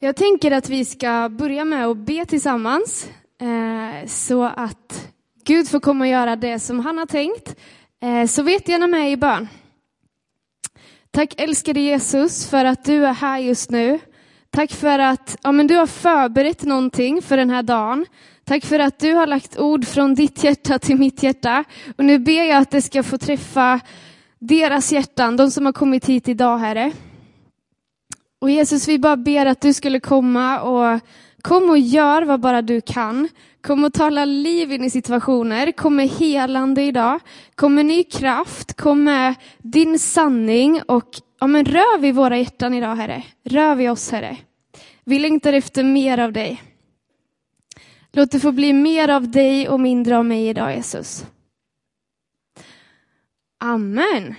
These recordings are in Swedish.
Jag tänker att vi ska börja med att be tillsammans så att Gud får komma och göra det som han har tänkt. Så vet gärna med i bön. Tack älskade Jesus för att du är här just nu. Tack för att du har förberett någonting för den här dagen. Tack för att du har lagt ord från ditt hjärta till mitt hjärta. Och nu ber jag att det ska få träffa deras hjärtan, de som har kommit hit idag, Herre. Och Jesus, vi bara ber att du skulle komma och gör vad bara du kan. Kom och tala liv in i situationer. Kom med helande idag. Kom med ny kraft. Kom med din sanning. Och rör vi våra hjärtan idag, Herre. Rör vi oss, Herre. Vi längtar efter mer av dig. Låt det få bli mer av dig och mindre av mig idag, Jesus. Amen.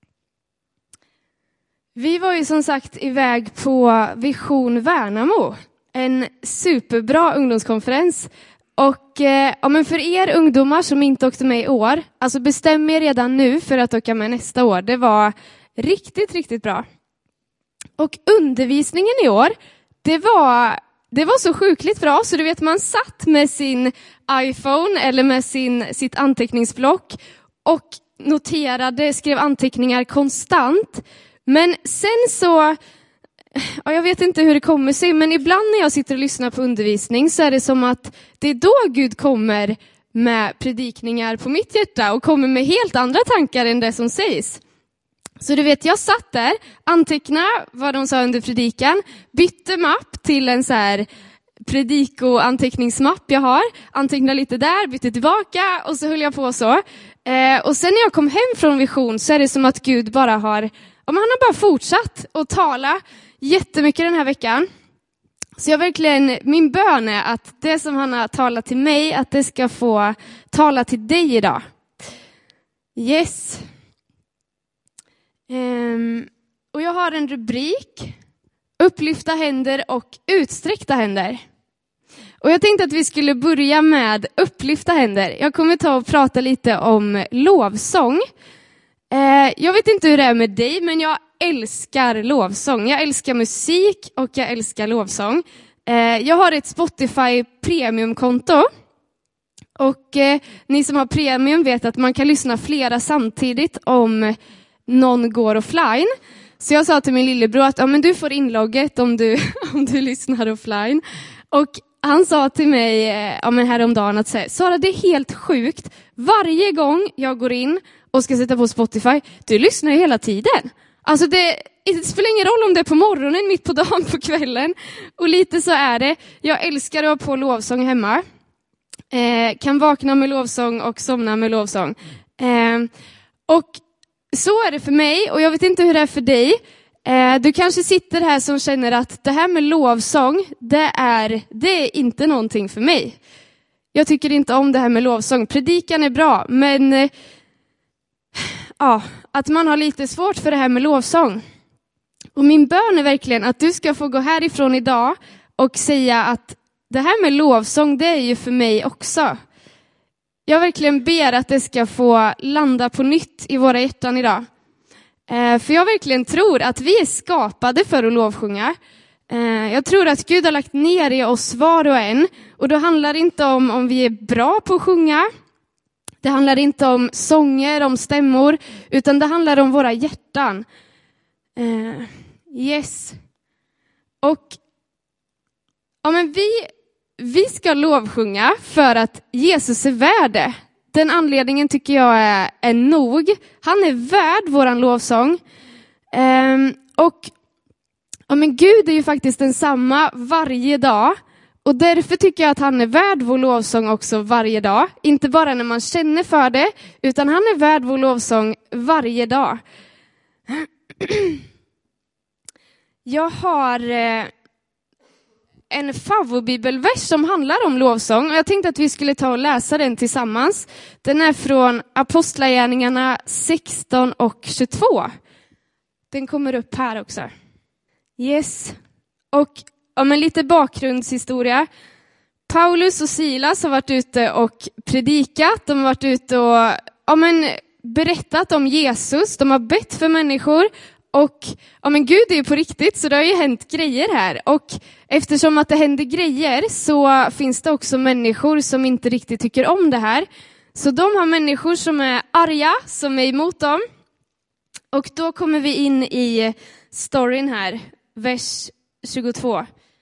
Vi var ju som sagt iväg på Vision Värnamo. En superbra ungdomskonferens. Och för er ungdomar som inte åkte med i år, alltså bestäm er redan nu för att åka med nästa år. Det var riktigt, riktigt bra. Och undervisningen i år, det var så sjukligt bra. Så du vet, man satt med sin iPhone eller med sitt anteckningsblock och noterade, skrev anteckningar konstant. Men sen så, jag vet inte hur det kommer sig, men ibland när jag sitter och lyssnar på undervisning så är det som att det är då Gud kommer med predikningar på mitt hjärta och kommer med helt andra tankar än det som sägs. Så du vet, jag satt där, antecknade vad de sa under predikan, bytte mapp till en så här prediko-anteckningsmapp jag har, antecknade lite där, bytte tillbaka och så höll jag på så. Och sen när jag kom hem från Vision så är det som att Gud bara han har bara fortsatt att tala jättemycket den här veckan. Så min bön är att det som han har talat till mig, att det ska få tala till dig idag. Yes. Och jag har en rubrik: upplyfta händer och utsträckta händer. Och jag tänkte att vi skulle börja med upplyfta händer. Jag kommer ta och prata lite om lovsång. Jag vet inte hur det är med dig, men jag älskar lovsång. Jag älskar musik och jag älskar lovsång. Jag har ett Spotify premiumkonto. Och ni som har premium vet att man kan lyssna flera samtidigt om någon går offline. Så jag sa till min lillebror att du får inlogget om du lyssnar offline. Och han sa till mig häromdagen att Sara, det är helt sjukt. Varje gång jag går in och ska sätta på Spotify, du lyssnar ju hela tiden. Alltså det spelar ingen roll om det är på morgonen, mitt på dagen, på kvällen. Och lite så är det. Jag älskar att ha på lovsång hemma. Kan vakna med lovsång och somna med lovsång. Och så är det för mig, och jag vet inte hur det är för dig. Du kanske sitter här som känner att det här med lovsång, det är inte någonting för mig. Jag tycker inte om det här med lovsång. Predikan är bra, men att man har lite svårt för det här med lovsång. Och min bön är verkligen att du ska få gå härifrån idag och säga att det här med lovsång, det är ju för mig också. Jag verkligen ber att det ska få landa på nytt i våra hjärtan idag. För jag verkligen tror att vi är skapade för att lovsjunga. Jag tror att Gud har lagt ner i oss var och en. Och då handlar det inte om vi är bra på att sjunga. Det handlar inte om sånger, om stämmor. Utan det handlar om våra hjärtan. Yes. Och vi ska lovsjunga för att Jesus är värd det. Den anledningen tycker jag är nog. Han är värd våran lovsång. Gud är ju faktiskt densamma varje dag. Och därför tycker jag att han är värd vår lovsång också varje dag. Inte bara när man känner för det, utan han är värd vår lovsång varje dag. Jag har en favoritbibelvers som handlar om lovsång. Och jag tänkte att vi skulle ta och läsa den tillsammans. Den är från Apostlagärningarna 16 och 22. Den kommer upp här också. Yes. Och lite bakgrundshistoria. Paulus och Silas har varit ute och predikat. De har varit ute och berättat om Jesus. De har bett för människor. Och ja, men Gud är ju på riktigt, så det har ju hänt grejer här. Och eftersom att det händer grejer så finns det också människor som inte riktigt tycker om det här. Så de har människor som är arga, som är emot dem. Och då kommer vi in i storyn här, vers 22.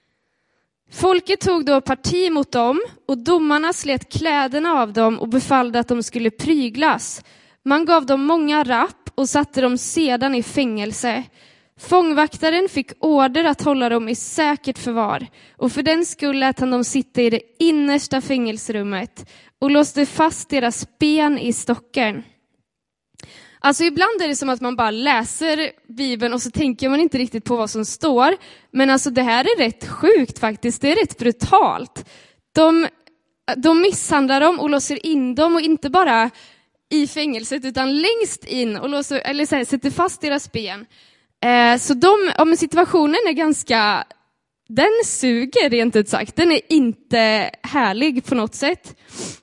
Folket tog då parti mot dem och domarna slet kläderna av dem och befallde att de skulle pryglas. Man gav dem många rapp och satte dem sedan i fängelse. Fångvaktaren fick order att hålla dem i säkert förvar och för den skull lät han dem sitta i det innersta fängelserummet och låste fast deras ben i stocken. Alltså ibland är det som att man bara läser Bibeln och så tänker man inte riktigt på vad som står. Men alltså det här är rätt sjukt faktiskt, det är rätt brutalt. De misshandlar dem och låser in dem och inte bara i fängelset utan längst in och låser, eller så här, sätter fast deras ben. Så men situationen är ganska, den suger rent ut sagt, den är inte härlig på något sätt.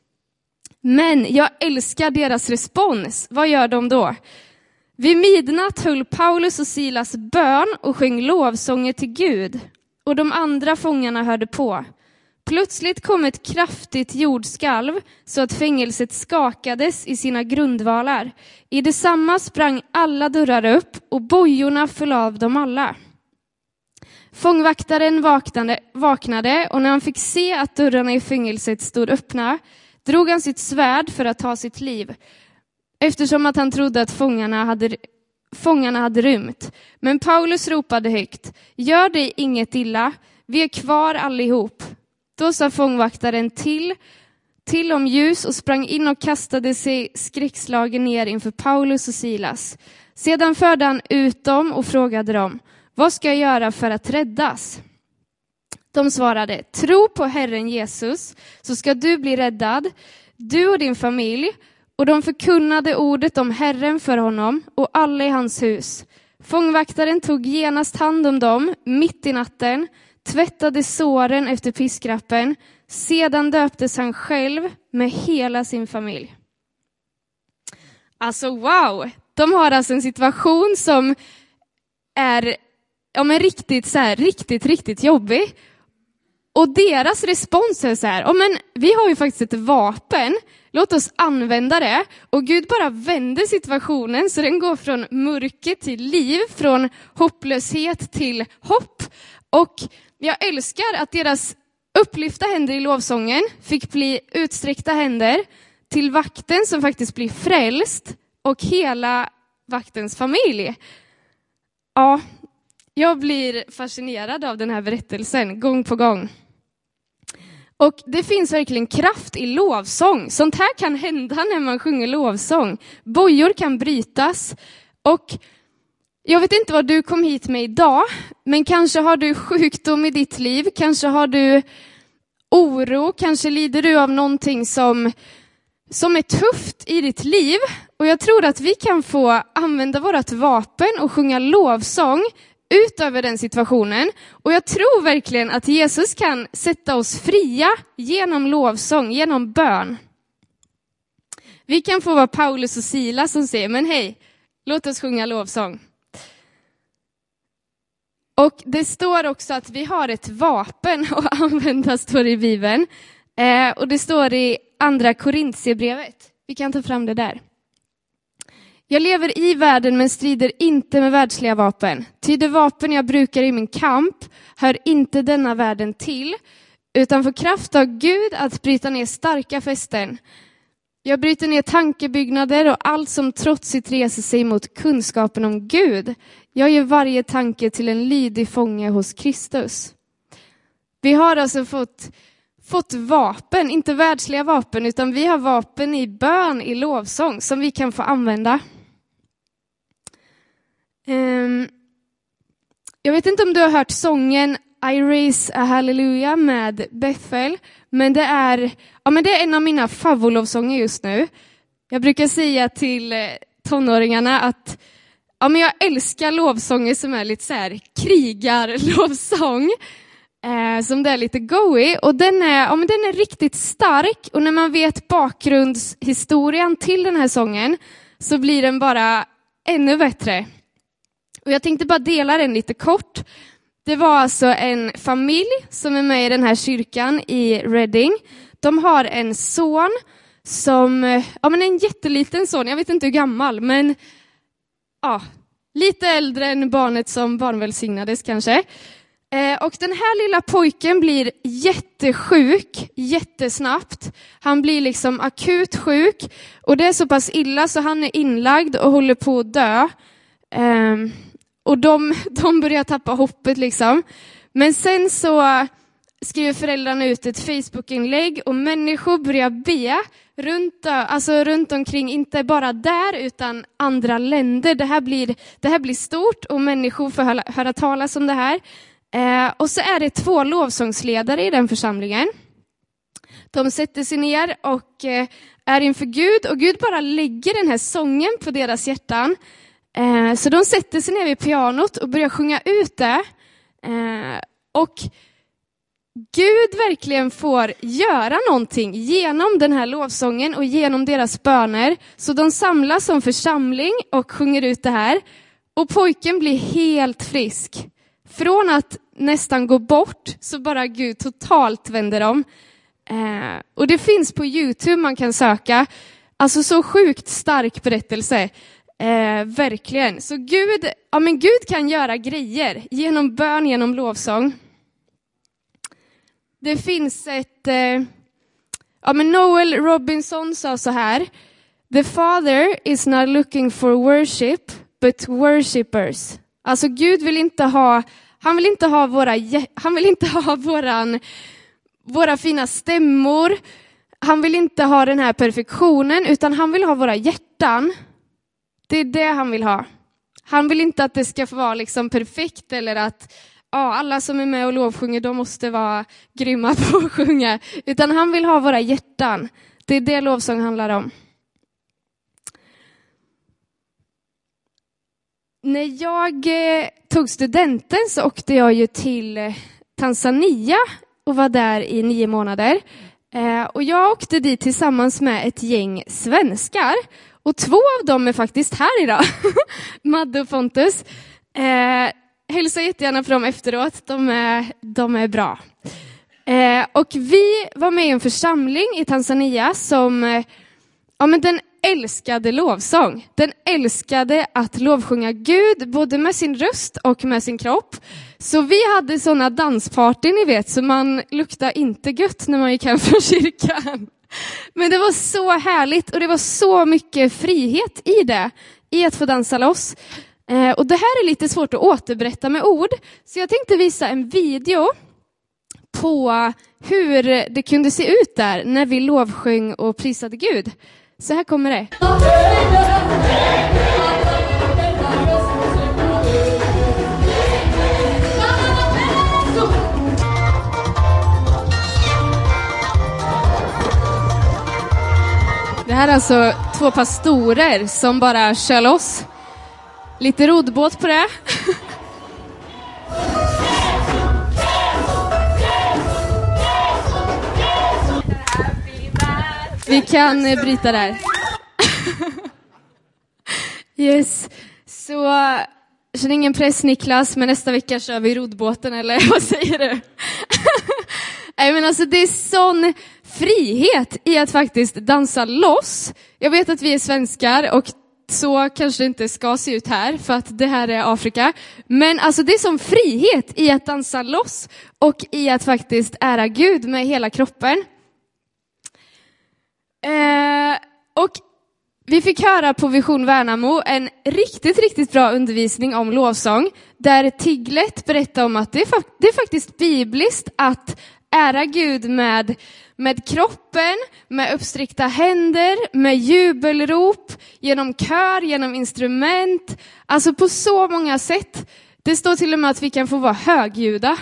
Men jag älskar deras respons. Vad gör de då? Vid midnatt höll Paulus och Silas bön och sjöng lovsånger till Gud. Och de andra fångarna hörde på. Plötsligt kom ett kraftigt jordskalv så att fängelset skakades i sina grundvalar. I detsamma sprang alla dörrar upp och bojorna föll av dem alla. Fångvaktaren vaknade och när han fick se att dörrarna i fängelset stod öppna drog han sitt svärd för att ta sitt liv, eftersom att han trodde att fångarna hade rymt. Men Paulus ropade högt, gör dig inget illa, vi är kvar allihop. Då sa fångvaktaren till om ljus och sprang in och kastade sig skräckslagen ner inför Paulus och Silas. Sedan förde han ut dem och frågade dem, vad ska jag göra för att räddas? De svarade, tro på Herren Jesus så ska du bli räddad, du och din familj. Och de förkunnade ordet om Herren för honom och alla i hans hus. Fångvaktaren tog genast hand om dem mitt i natten, tvättade såren efter piskrappen. Sedan döptes han själv med hela sin familj. Alltså wow, de har alltså en situation som är riktigt jobbig. Och deras respons är så här, men vi har ju faktiskt ett vapen, låt oss använda det. Och Gud bara vänder situationen så den går från mörker till liv, från hopplöshet till hopp. Och jag älskar att deras upplyfta händer i lovsången fick bli utsträckta händer till vakten som faktiskt blir frälst och hela vaktens familj. Ja, jag blir fascinerad av den här berättelsen gång på gång. Och det finns verkligen kraft i lovsång. Sånt här kan hända när man sjunger lovsång. Bojor kan brytas. Och jag vet inte vad du kom hit med idag. Men kanske har du sjukdom i ditt liv. Kanske har du oro. Kanske lider du av någonting som är tufft i ditt liv. Och jag tror att vi kan få använda vårt vapen och sjunga lovsång utöver den situationen. Och jag tror verkligen att Jesus kan sätta oss fria genom lovsång, genom bön. Vi kan få vara Paulus och Silas som säger, men hej, låt oss sjunga lovsång. Och det står också att vi har ett vapen att använda, står i Bibeln. Och det står i andra Korintierbrevet. Vi kan ta fram det där. Jag lever i världen men strider inte med världsliga vapen. Ty det vapen jag brukar i min kamp hör inte denna världen till, utan får kraft av Gud att bryta ner starka fästen. Jag bryter ner tankebyggnader och allt som trotsigt reser sig mot kunskapen om Gud. Jag gör varje tanke till en lydig fånge hos Kristus. Vi har alltså fått vapen, inte världsliga vapen, utan vi har vapen i bön, i lovsång som vi kan få använda. Jag vet inte om du har hört sången I raise a hallelujah med Bethel, men det är en av mina favoritlovsånger just nu. Jag brukar säga till tonåringarna att men jag älskar lovsånger som är lite så här krigarlovsång. Som det är lite goig, och den är riktigt stark, och när man vet bakgrundshistorien till den här sången så blir den bara ännu bättre. Och jag tänkte bara dela den lite kort. Det var alltså en familj som är med i den här kyrkan i Reading. De har en son som, en jätteliten son, jag vet inte hur gammal, men lite äldre än barnet som barnvälsignades kanske. Och den här lilla pojken blir jättesjuk, jättesnabbt. Han blir liksom akut sjuk. Och det är så pass illa så han är inlagd och håller på att dö. Och de börjar tappa hoppet liksom. Men sen så skriver föräldrarna ut ett Facebook-inlägg och människor börjar be runt omkring, inte bara där utan andra länder. Det här blir stort och människor får höra talas om det här. Och så är det 2 lovsångsledare i den församlingen. De sätter sig ner och är inför Gud och Gud bara lägger den här sången på deras hjärtan. Så de sätter sig ner vid pianot och börjar sjunga ut det. Och Gud verkligen får göra någonting genom den här lovsången och genom deras böner. Så de samlas som församling och sjunger ut det här. Och pojken blir helt frisk. Från att nästan gå bort så bara Gud totalt vänder om. Och det finns på YouTube, man kan söka. Alltså så sjukt stark berättelse. Verkligen. Så Gud kan göra grejer genom bön, genom lovsång. Det finns Noel Robinson sa så här: The Father is not looking for worship, but worshippers. Alltså Gud vill inte ha, han vill inte ha våra fina stämmor. Han vill inte ha den här perfektionen, utan han vill ha våra hjärtan. Det är det han vill ha. Han vill inte att det ska få vara liksom perfekt eller att alla som är med och lovsjunger, de måste vara grymma på att sjunga. Utan han vill ha våra hjärtan. Det är det lovsång handlar om. När jag tog studenten så åkte jag ju till Tanzania och var där i 9 månader. Och jag åkte dit tillsammans med ett gäng svenskar. Och 2 av dem är faktiskt här idag. Madde och Pontus. Hälsa jättegärna för dem efteråt. De är bra. Och vi var med i en församling i Tanzania som den älskade lovsång. Den älskade att lovsjunga Gud både med sin röst och med sin kropp. Så vi hade såna dansparty, ni vet, så man luktade inte gött när man gick hem från kyrkan. Men det var så härligt och det var så mycket frihet i det, i att få dansa loss. Och det här är lite svårt att återberätta med ord, så jag tänkte visa en video på hur det kunde se ut där när vi lovsjöng och prisade Gud. Så här kommer det. Det här är alltså 2 pastorer som bara kör loss. Lite roddbåt på det. Vi kan bryta där. Yes. Så känner ingen press, Niklas, men nästa vecka kör vi roddbåten, eller vad säger du? Nej, men alltså det är sån frihet i att faktiskt dansa loss. Jag vet att vi är svenskar och så kanske det inte ska se ut här för att det här är Afrika. Men alltså det är sån frihet i att dansa loss och i att faktiskt ära Gud med hela kroppen. Och vi fick höra på Vision Värnamo en riktigt, riktigt bra undervisning om lovsång. Där Tiglet berättade om att det är faktiskt bibliskt att ära Gud med kroppen, med uppsträckta händer, med jubelrop, genom kör, genom instrument. Alltså på så många sätt. Det står till och med att vi kan få vara högljudda.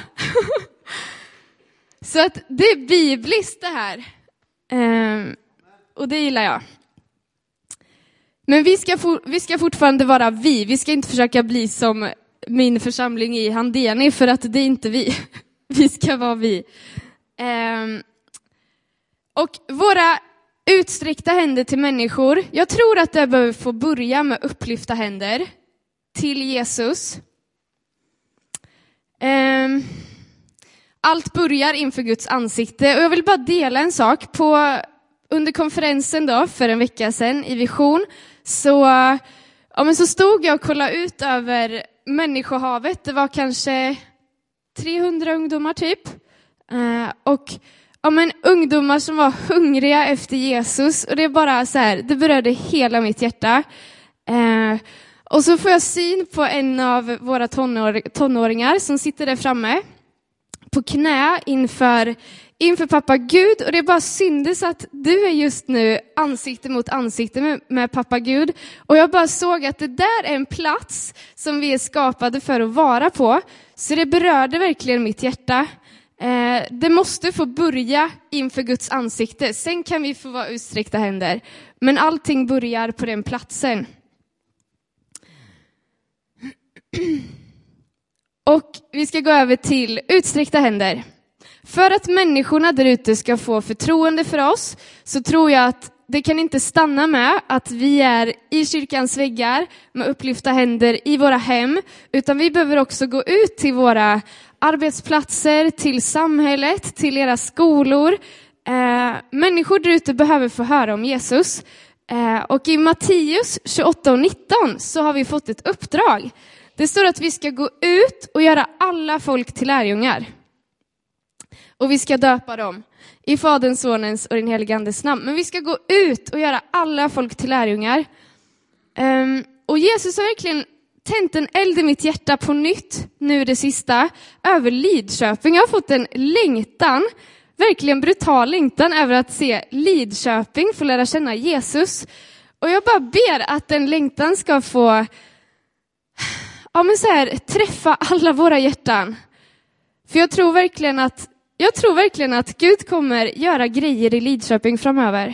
Så att det är bibliskt det här. Och det gillar jag. Men vi ska fortfarande vara vi. Vi ska inte försöka bli som min församling i Handeni, för att det är inte vi. Vi ska vara vi. Och våra utsträckta händer till människor. Jag tror att det behöver få börja med upplyfta händer. till Jesus. Allt börjar inför Guds ansikte. Och jag vill bara dela en sak. Under konferensen då, för en vecka sedan i Vision, så stod jag och kollade ut över människohavet. Det var kanske 300 ungdomar typ. Ungdomar som var hungriga efter Jesus. Och det är bara så här, det berörde hela mitt hjärta. Och så får jag syn på en av våra tonåringar som sitter där framme på knä inför pappa Gud. Och det bara syndes att du är just nu ansikte mot ansikte med pappa Gud. Och jag bara såg att det där är en plats som vi är skapade för att vara på. Så det berörde verkligen mitt hjärta. Det måste få börja inför Guds ansikte. Sen kan vi få vara utsträckta händer. Men allting börjar på den platsen. Och vi ska gå över till utsträckta händer. För att människorna där ute ska få förtroende för oss, så tror jag att det kan inte stanna med att vi är i kyrkans väggar med upplyfta händer i våra hem, utan vi behöver också gå ut till våra arbetsplatser, till samhället, till era skolor. Människor där ute behöver få höra om Jesus. Och i Matteus 28:19 så har vi fått ett uppdrag. Det står att vi ska gå ut och göra alla folk till lärjungar. Och vi ska döpa dem i Faderns, Sonens och den helige Andes namn. Men vi ska gå ut och göra alla folk till lärjungar. Och Jesus har verkligen tänt en eld i mitt hjärta på nytt, nu det sista, över Lidköping. Jag har fått en längtan, verkligen brutal längtan över att se Lidköping få lära känna Jesus. Och jag bara ber att den längtan ska få träffa alla våra hjärtan. För jag tror verkligen att Gud kommer göra grejer i Lidköping framöver.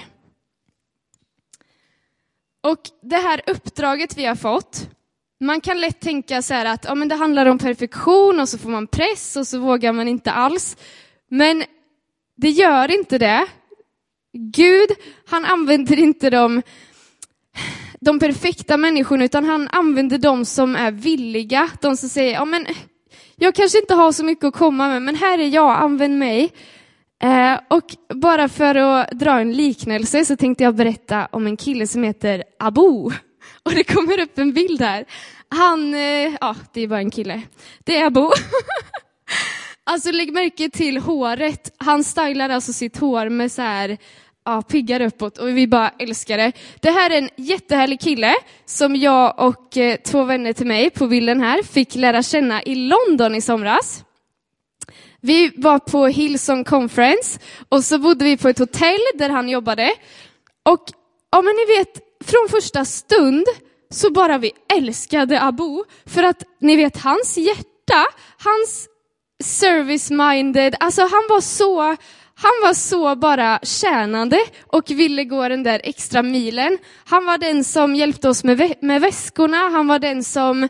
Och det här uppdraget vi har fått, man kan lätt tänka så här att det handlar om perfektion och så får man press och så vågar man inte alls. Men det gör inte det. Gud, han använder inte de perfekta människorna, utan han använder de som är villiga. De som säger, jag kanske inte har så mycket att komma med, men här är jag, använd mig. Och bara för att dra en liknelse så tänkte jag berätta om en kille som heter Abu. Och det kommer upp en bild här. Det är bara en kille. Det är Abu. Alltså lägg märke till håret. Han stylar alltså sitt hår med så här, piggar uppåt, och vi bara älskar det. Det här är en jättehärlig kille som jag och 2 vänner till mig på bilden här fick lära känna i London i somras. Vi var på Hillsong Conference och så bodde vi på ett hotell där han jobbade. Och ni vet, från första stund så bara vi älskade Abu. För att ni vet, hans hjärta, hans service-minded, alltså han var så bara tjänande och ville gå den där extra milen. Han var den som hjälpte oss med väskorna. Han var den som,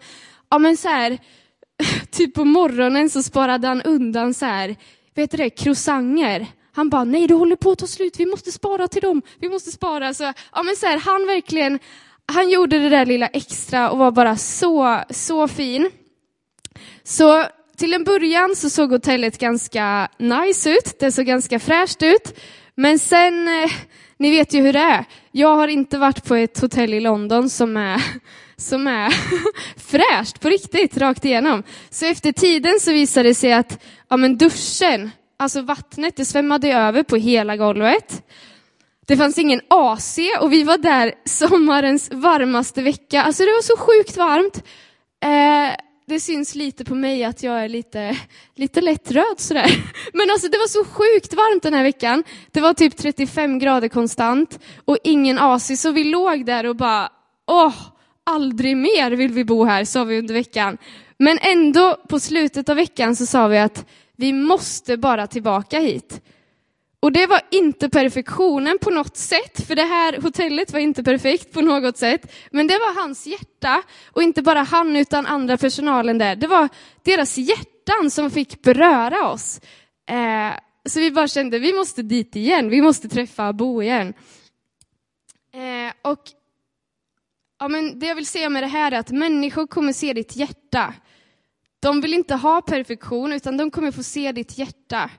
typ på morgonen så sparade han undan croissanter. Han bara, nej, det håller på att ta slut. Vi måste spara till dem. Vi måste spara. Han gjorde det där lilla extra och var bara så fin. Så till en början så såg hotellet ganska nice ut. Det såg ganska fräscht ut. Men sen, ni vet ju hur det är. Jag har inte varit på ett hotell i London som är fräscht på riktigt, rakt igenom. Så efter tiden så visade det sig att duschen, alltså vattnet, det svämmade över på hela golvet. Det fanns ingen AC och vi var där sommarens varmaste vecka. Alltså det var så sjukt varmt. Det syns lite på mig att jag är lite lätt röd sådär. Men alltså det var så sjukt varmt den här veckan. Det var typ 35 grader konstant och ingen AC. Så vi låg där och bara, aldrig mer vill vi bo här, sa vi under veckan. Men ändå på slutet av veckan så sa vi att vi måste bara tillbaka hit. Och det var inte perfektionen på något sätt, för det här hotellet var inte perfekt på något sätt. Men det var hans hjärta, och inte bara han utan andra personalen där. Det var deras hjärtan som fick beröra oss. Så vi bara kände, vi måste dit igen, vi måste träffa Bo igen. Och men det jag vill säga med det här är att människor kommer se ditt hjärta. De vill inte ha perfektion, utan de kommer få se ditt hjärta.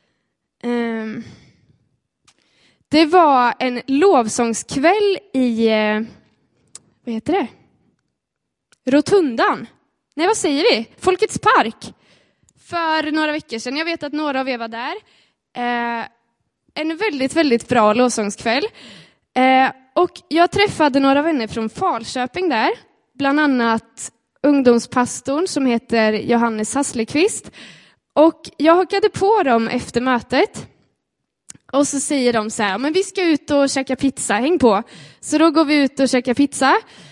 Det var en lovsångskväll i, vad heter det? Rotundan. Nej, vad säger vi? Folkets park. För några veckor sedan. Jag vet att några av er var där. En väldigt, väldigt bra lovsångskväll. Och jag träffade några vänner från Falköping där. Bland annat ungdomspastorn som heter Johannes Hasslekvist. Och jag hakade på dem efter mötet. Och så säger de så här, men vi ska ut och käka pizza, häng på. Så då går vi ut och käkar pizza.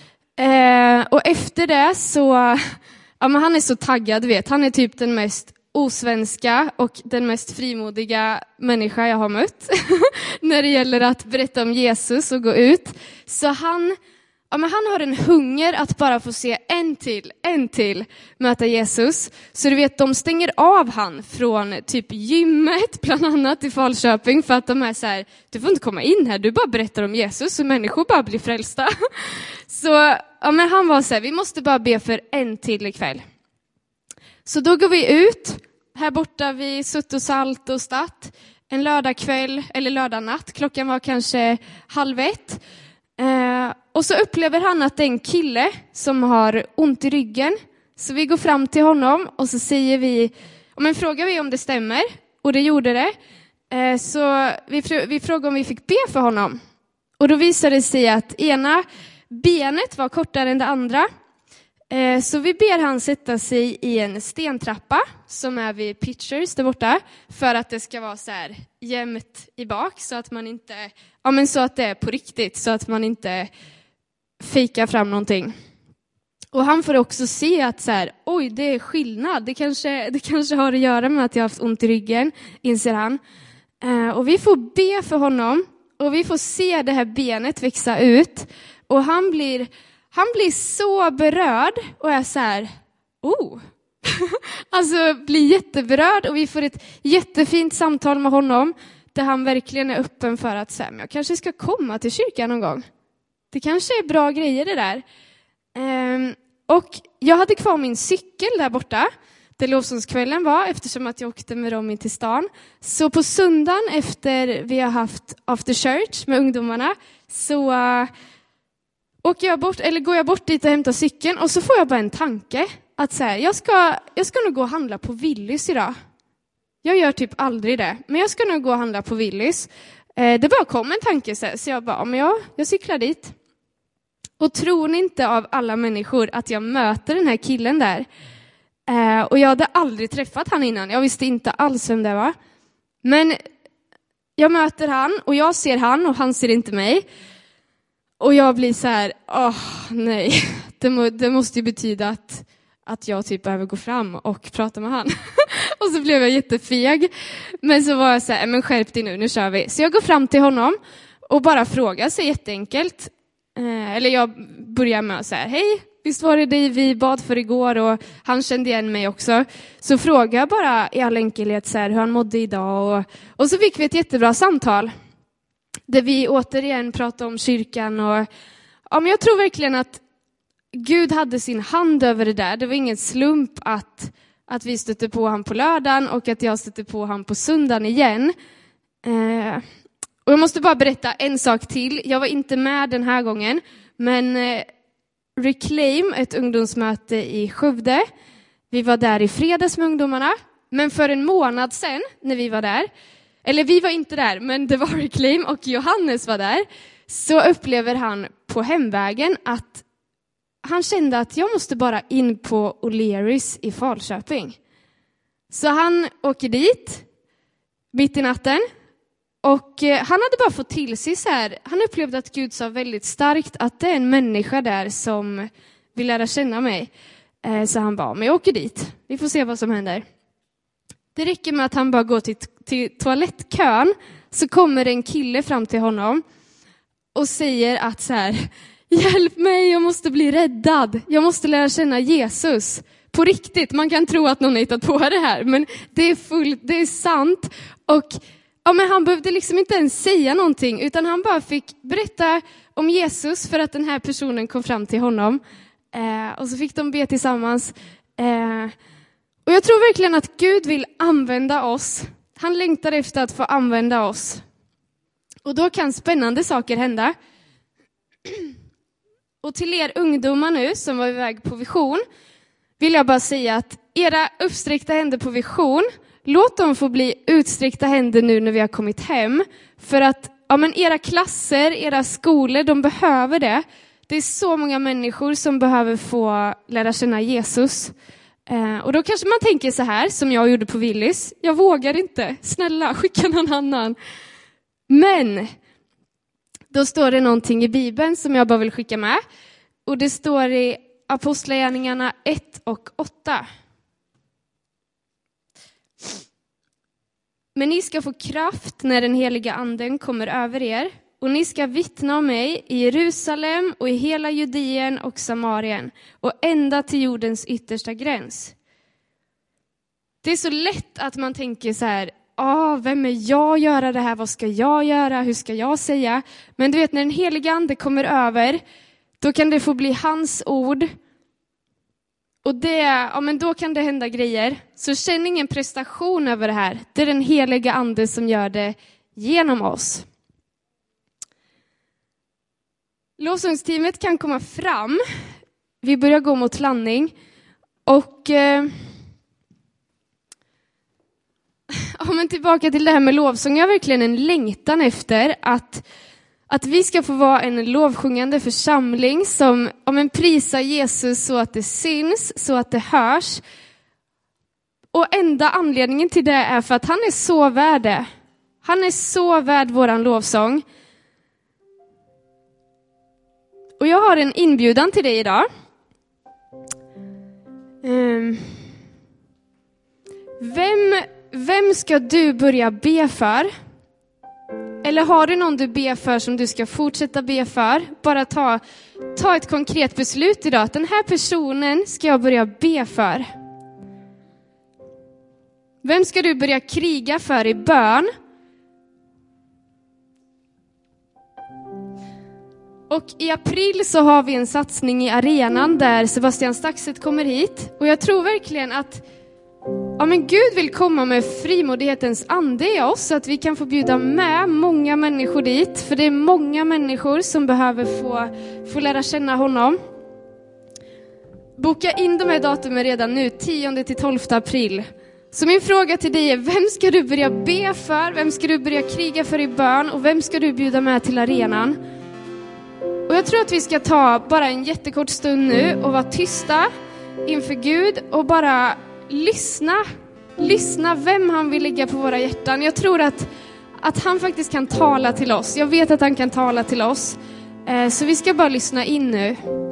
Och efter det så, men han är så taggad, vet. Han är typ den mest osvenska och den mest frimodiga människa jag har mött. När det gäller att berätta om Jesus och gå ut. Så han har en hunger att bara få se en till möta Jesus. Så du vet, de stänger av han från typ gymmet bland annat i Falköping. För att de är så här, du får inte komma in här, du bara berättar om Jesus och människor bara blir frälsta. Så men han var så här, vi måste bara be för en till ikväll. Så då går vi ut här borta vid Sutt och Salt och Stadt. En lördagkväll eller lördagnatt, klockan var kanske 12:30. Och så upplever han att det är en kille som har ont i ryggen. Så vi går fram till honom och så säger vi, frågar vi om det stämmer. Och det gjorde det. Så vi frågar om vi fick be för honom. Och då visade det sig att ena benet var kortare än det andra. Så vi ber han sätta sig i en stentrappa som är vid Pitchers där borta. För att det ska vara så här jämnt i bak. Så att man inte, så att det är på riktigt. Så att man inte fejkar fram någonting. Och han får också se att så här, oj, det är skillnad. Det kanske har att göra med att jag har haft ont i ryggen, inser han. Och vi får be för honom. Och vi får se det här benet växa ut. Och han blir så berörd och är så här, alltså blir jätteberörd, och vi får ett jättefint samtal med honom där han verkligen är öppen för att säga, men jag kanske ska komma till kyrkan någon gång. Det kanske är bra grejer det där. Och jag hade kvar min cykel där borta där lovsångskvällen var, eftersom att jag åkte med dem in till stan. Så på söndagen efter vi har haft after church med ungdomarna så går jag bort dit och hämtar cykeln, och så får jag bara en tanke att så här, jag ska nog gå och handla på Willys idag. Jag gör typ aldrig det, men jag ska nog gå och handla på Willys. Det bara kom en tanke så jag bara, men jag cyklar dit. Och tror ni inte av alla människor att jag möter den här killen där. Och jag hade aldrig träffat han innan. Jag visste inte alls vem det var. Men jag möter han och jag ser han och han ser inte mig. Och jag blir så här, nej. Det måste ju betyda att jag typ behöver gå fram och prata med han. Och så blev jag jättefeg. Men så var jag så här, men skärp dig nu kör vi. Så jag går fram till honom och bara frågar sig jätteenkelt. Eller jag börjar med att säga, hej, visst var det dig vi bad för igår? Och han kände igen mig också. Så frågade jag bara i all enkelhet så här, hur han mådde idag. Och så fick vi ett jättebra samtal. Där vi återigen pratade om kyrkan. Och men jag tror verkligen att Gud hade sin hand över det där. Det var ingen slump att vi stötte på han på lördagen och att jag stötte på han på söndagen igen. Och jag måste bara berätta en sak till. Jag var inte med den här gången. Men Reclaim, ett ungdomsmöte i Skövde. Vi var där i fredags med ungdomarna. Men för en månad sedan när vi var där. Eller vi var inte där, men det var Reclaim och Johannes var där. Så upplever han på hemvägen att han kände att jag måste bara in på O'Learys i Falköping. Så han åker dit mitt i natten. Och han hade bara fått till sig så här. Han upplevde att Gud sa väldigt starkt att det är en människa där som vill lära känna mig. Så han bara, men jag åker dit. Vi får se vad som händer. Det räcker med att han bara går till toalettkön. Så kommer en kille fram till honom. Och säger att så här, hjälp mig, jag måste bli räddad. Jag måste lära känna Jesus. På riktigt, man kan tro att någon har hittat på det här. Men det är sant. Och men han behövde liksom inte ens säga någonting, utan han bara fick berätta om Jesus för att den här personen kom fram till honom. Och så fick de be tillsammans. Och jag tror verkligen att Gud vill använda oss. Han längtar efter att få använda oss. Och då kan spännande saker hända. Och till er ungdomar nu som var iväg på vision vill jag bara säga att era uppsträckta händer på vision, låt dem få bli utsträckta händer nu när vi har kommit hem. För att era klasser, era skolor, de behöver det. Det är så många människor som behöver få lära känna Jesus. Och då kanske man tänker så här, som jag gjorde på Willys. Jag vågar inte. Snälla, skicka någon annan. Men då står det någonting i Bibeln som jag bara vill skicka med. Och det står i Apostlagärningarna 1 och 8. Men ni ska få kraft när den heliga anden kommer över er. Och ni ska vittna om mig i Jerusalem och i hela Judeen och Samarien. Och ända till jordens yttersta gräns. Det är så lätt att man tänker så här. Vem är jag att göra det här? Vad ska jag göra? Hur ska jag säga? Men du vet, när den heliga ande kommer över, då kan det få bli hans ord. Och då kan det hända grejer. Så känn ingen prestation över det här. Det är den heliga ande som gör det genom oss. Lovsångsteamet kan komma fram. Vi börjar gå mot landning. Och men tillbaka till det här med lovsång. Jag har verkligen en längtan efter att vi ska få vara en lovsjungande församling som prisar Jesus så att det syns, så att det hörs. Och enda anledningen till det är för att han är så värd det. Han är så värd våran lovsång. Och jag har en inbjudan till dig idag. Vem ska du börja be för? Eller har du någon du ber för som du ska fortsätta be för? Bara ta ett konkret beslut idag. Att den här personen ska jag börja be för. Vem ska du börja kriga för i bön? Och i april så har vi en satsning i arenan där Sebastian Staxet kommer hit. Och jag tror verkligen att Gud vill komma med frimodighetens ande i oss så att vi kan få bjuda med många människor dit. För det är många människor som behöver få lära känna honom. Boka in de här datumen redan nu, 10-12 april. Så min fråga till dig är, vem ska du börja be för? Vem ska du börja kriga för i bön? Och vem ska du bjuda med till arenan? Och jag tror att vi ska ta bara en jättekort stund nu och vara tysta inför Gud och bara lyssna vem han vill lägga på våra hjärtan. Jag tror att han faktiskt kan tala till oss. Jag vet att han kan tala till oss. Så vi ska bara lyssna in nu.